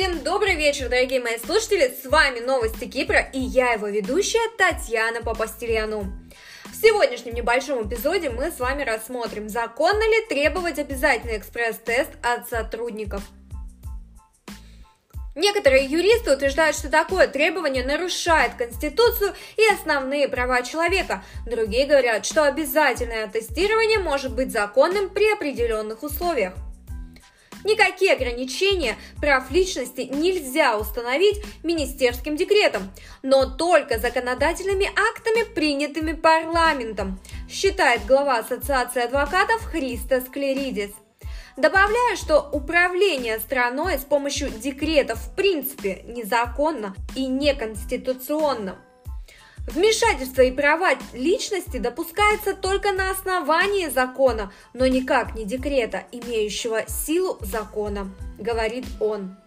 Всем добрый вечер, дорогие мои слушатели, с вами Новости Кипра и я его ведущая Татьяна Папастельяну. В сегодняшнем небольшом эпизоде мы с вами рассмотрим, законно ли требовать обязательный экспресс-тест от сотрудников. Некоторые юристы утверждают, что такое требование нарушает Конституцию и основные права человека. Другие говорят, что обязательное тестирование может быть законным при определенных условиях. Никакие ограничения прав личности нельзя установить министерским декретом, но только законодательными актами, принятыми парламентом, считает глава Ассоциации адвокатов Христос Клеридис. Добавляю, что управление страной с помощью декретов в принципе незаконно и неконституционно. Вмешательство и права личности допускается только на основании закона, но никак не декрета, имеющего силу закона, говорит он.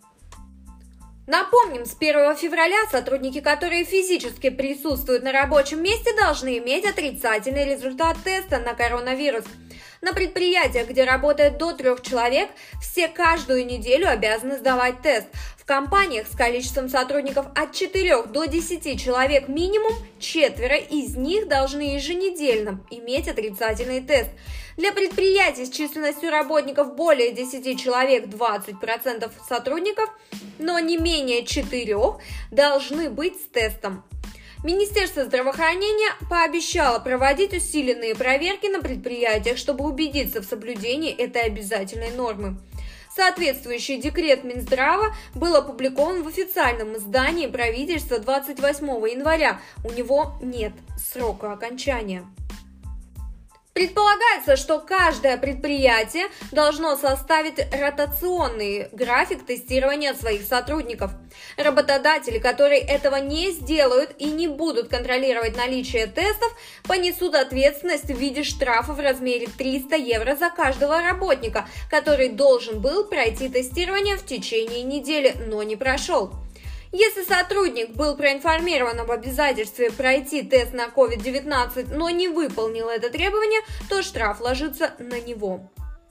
Напомним, с 1 февраля сотрудники, которые физически присутствуют на рабочем месте, должны иметь отрицательный результат теста на коронавирус. На предприятиях, где работает до 3 человек, все каждую неделю обязаны сдавать тест. В компаниях с количеством сотрудников от 4 до 10 человек минимум, 4 из них должны еженедельно иметь отрицательный тест. Для предприятий с численностью работников более 10 человек 20% сотрудников, но не менее 4 должны быть с тестом. Министерство здравоохранения пообещало проводить усиленные проверки на предприятиях, чтобы убедиться в соблюдении этой обязательной нормы. Соответствующий декрет Минздрава был опубликован в официальном издании правительства 28 января. У него нет срока окончания. Предполагается, что каждое предприятие должно составить ротационный график тестирования своих сотрудников. Работодатели, которые этого не сделают и не будут контролировать наличие тестов, понесут ответственность в виде штрафа в размере 300 евро за каждого работника, который должен был пройти тестирование в течение недели, но не прошел. Если сотрудник был проинформирован об обязательстве пройти тест на COVID-19, но не выполнил это требование, то штраф ложится на него.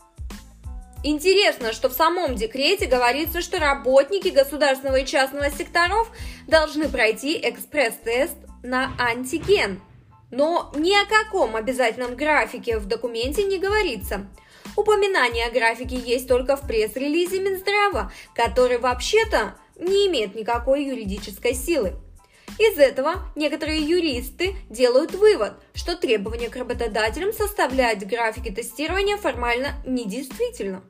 Интересно, что в самом декрете говорится, что работники государственного и частного секторов должны пройти экспресс-тест на антиген. Но ни о каком обязательном графике в документе не говорится. Упоминание о графике есть только в пресс-релизе Минздрава, который вообще-то не имеет никакой юридической силы. Из этого некоторые юристы делают вывод, что требование к работодателям составлять графики тестирования формально недействительно.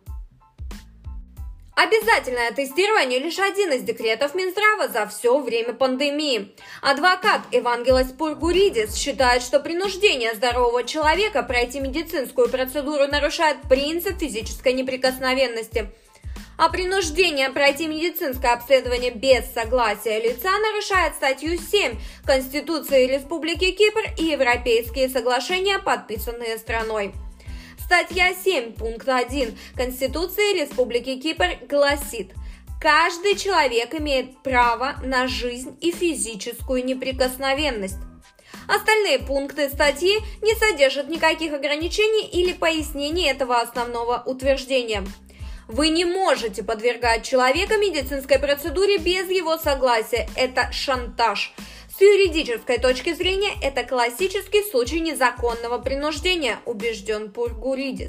Обязательное тестирование лишь один из декретов Минздрава за все время пандемии. Адвокат Евангелос Пургуридис считает, что принуждение здорового человека пройти медицинскую процедуру нарушает принцип физической неприкосновенности. А принуждение пройти медицинское обследование без согласия лица нарушает статью 7 Конституции Республики Кипр и Европейские соглашения, подписанные страной. Статья 7, пункт 1 Конституции Республики Кипр гласит: каждый человек имеет право на жизнь и физическую неприкосновенность. Остальные пункты статьи не содержат никаких ограничений или пояснений этого основного утверждения. Вы не можете подвергать человека медицинской процедуре без его согласия. Это шантаж. С юридической точки зрения, это классический случай незаконного принуждения, убежден Пургуридис.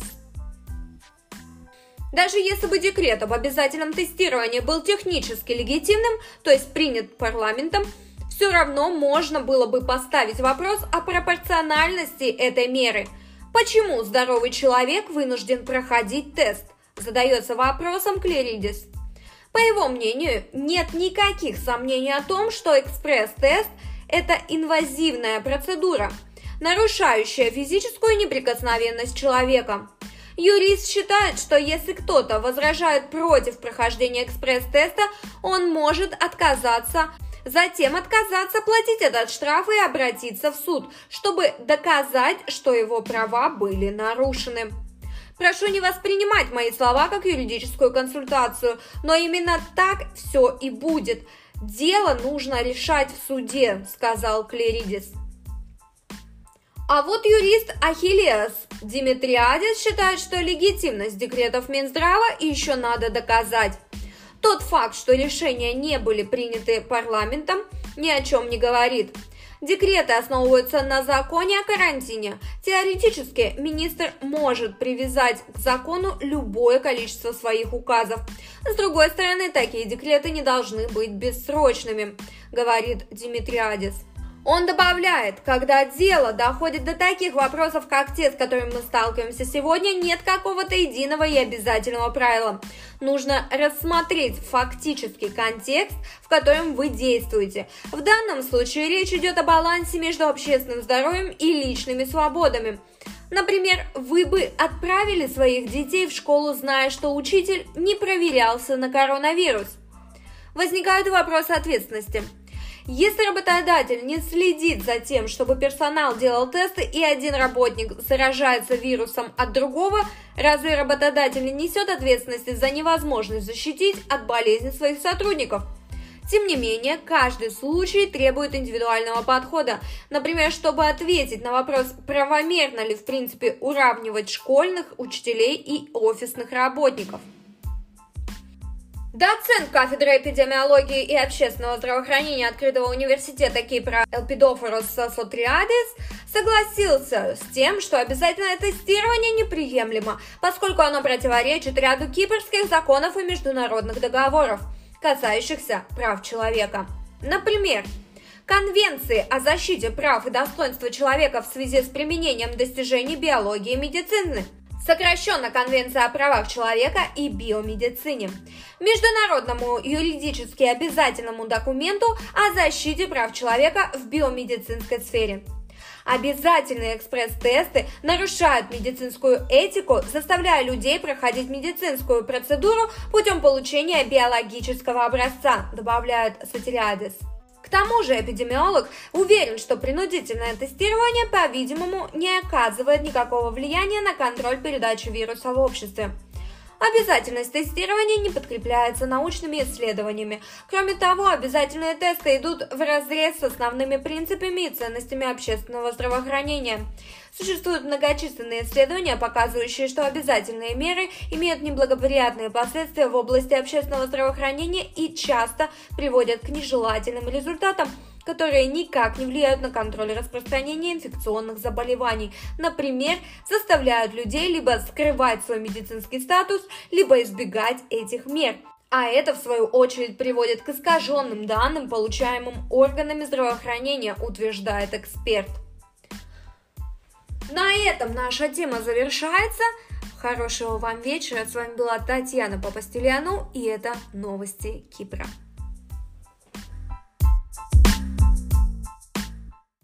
Даже если бы декрет об обязательном тестировании был технически легитимным, то есть принят парламентом, все равно можно было бы поставить вопрос о пропорциональности этой меры. Почему здоровый человек вынужден проходить тест? Задается вопросом Клеридис. По его мнению, нет никаких сомнений о том, что экспресс-тест – это инвазивная процедура, нарушающая физическую неприкосновенность человека. Юрист считает, что если кто-то возражает против прохождения экспресс-теста, он может затем отказаться платить этот штраф и обратиться в суд, чтобы доказать, что его права были нарушены. Прошу не воспринимать мои слова как юридическую консультацию, но именно так все и будет. Дело нужно решать в суде, сказал Клеридис. А вот юрист Ахиллеос Димитриадис считает, что легитимность декретов Минздрава еще надо доказать. Тот факт, что решения не были приняты парламентом, ни о чем не говорит. Декреты основываются на законе о карантине. Теоретически, министр может привязать к закону любое количество своих указов. С другой стороны, такие декреты не должны быть бессрочными, говорит Димитриадис. Он добавляет, когда дело доходит до таких вопросов, как те, с которыми мы сталкиваемся сегодня, нет какого-то единого и обязательного правила. Нужно рассмотреть фактический контекст, в котором вы действуете. В данном случае речь идет о балансе между общественным здоровьем и личными свободами. Например, вы бы отправили своих детей в школу, зная, что учитель не проверялся на коронавирус. Возникают вопросы ответственности. Если работодатель не следит за тем, чтобы персонал делал тесты, и один работник заражается вирусом от другого, разве работодатель не несет ответственности за невозможность защитить от болезни своих сотрудников? Тем не менее, каждый случай требует индивидуального подхода. Например, чтобы ответить на вопрос, правомерно ли в принципе уравнивать школьных, учителей и офисных работников. Доцент кафедры эпидемиологии и общественного здравоохранения Открытого университета Кипра Элпидофорос Сотриадис согласился с тем, что обязательное тестирование неприемлемо, поскольку оно противоречит ряду кипрских законов и международных договоров, касающихся прав человека. Например, Конвенции о защите прав и достоинства человека в связи с применением достижений биологии и медицины, сокращенно Конвенция о правах человека и биомедицине, международному юридически обязательному документу о защите прав человека в биомедицинской сфере. Обязательные экспресс-тесты нарушают медицинскую этику, заставляя людей проходить медицинскую процедуру путем получения биологического образца, добавляет Сотриадис. К тому же эпидемиолог уверен, что принудительное тестирование, по-видимому, не оказывает никакого влияния на контроль передачи вируса в обществе. Обязательность тестирования не подкрепляется научными исследованиями. Кроме того, обязательные тесты идут вразрез с основными принципами и ценностями общественного здравоохранения. Существуют многочисленные исследования, показывающие, что обязательные меры имеют неблагоприятные последствия в области общественного здравоохранения и часто приводят к нежелательным результатам, которые никак не влияют на контроль распространения инфекционных заболеваний. Например, заставляют людей либо скрывать свой медицинский статус, либо избегать этих мер. А это, в свою очередь, приводит к искаженным данным, получаемым органами здравоохранения, утверждает эксперт. На этом наша тема завершается. Хорошего вам вечера. С вами была Татьяна Папастельяну, и это новости Кипра.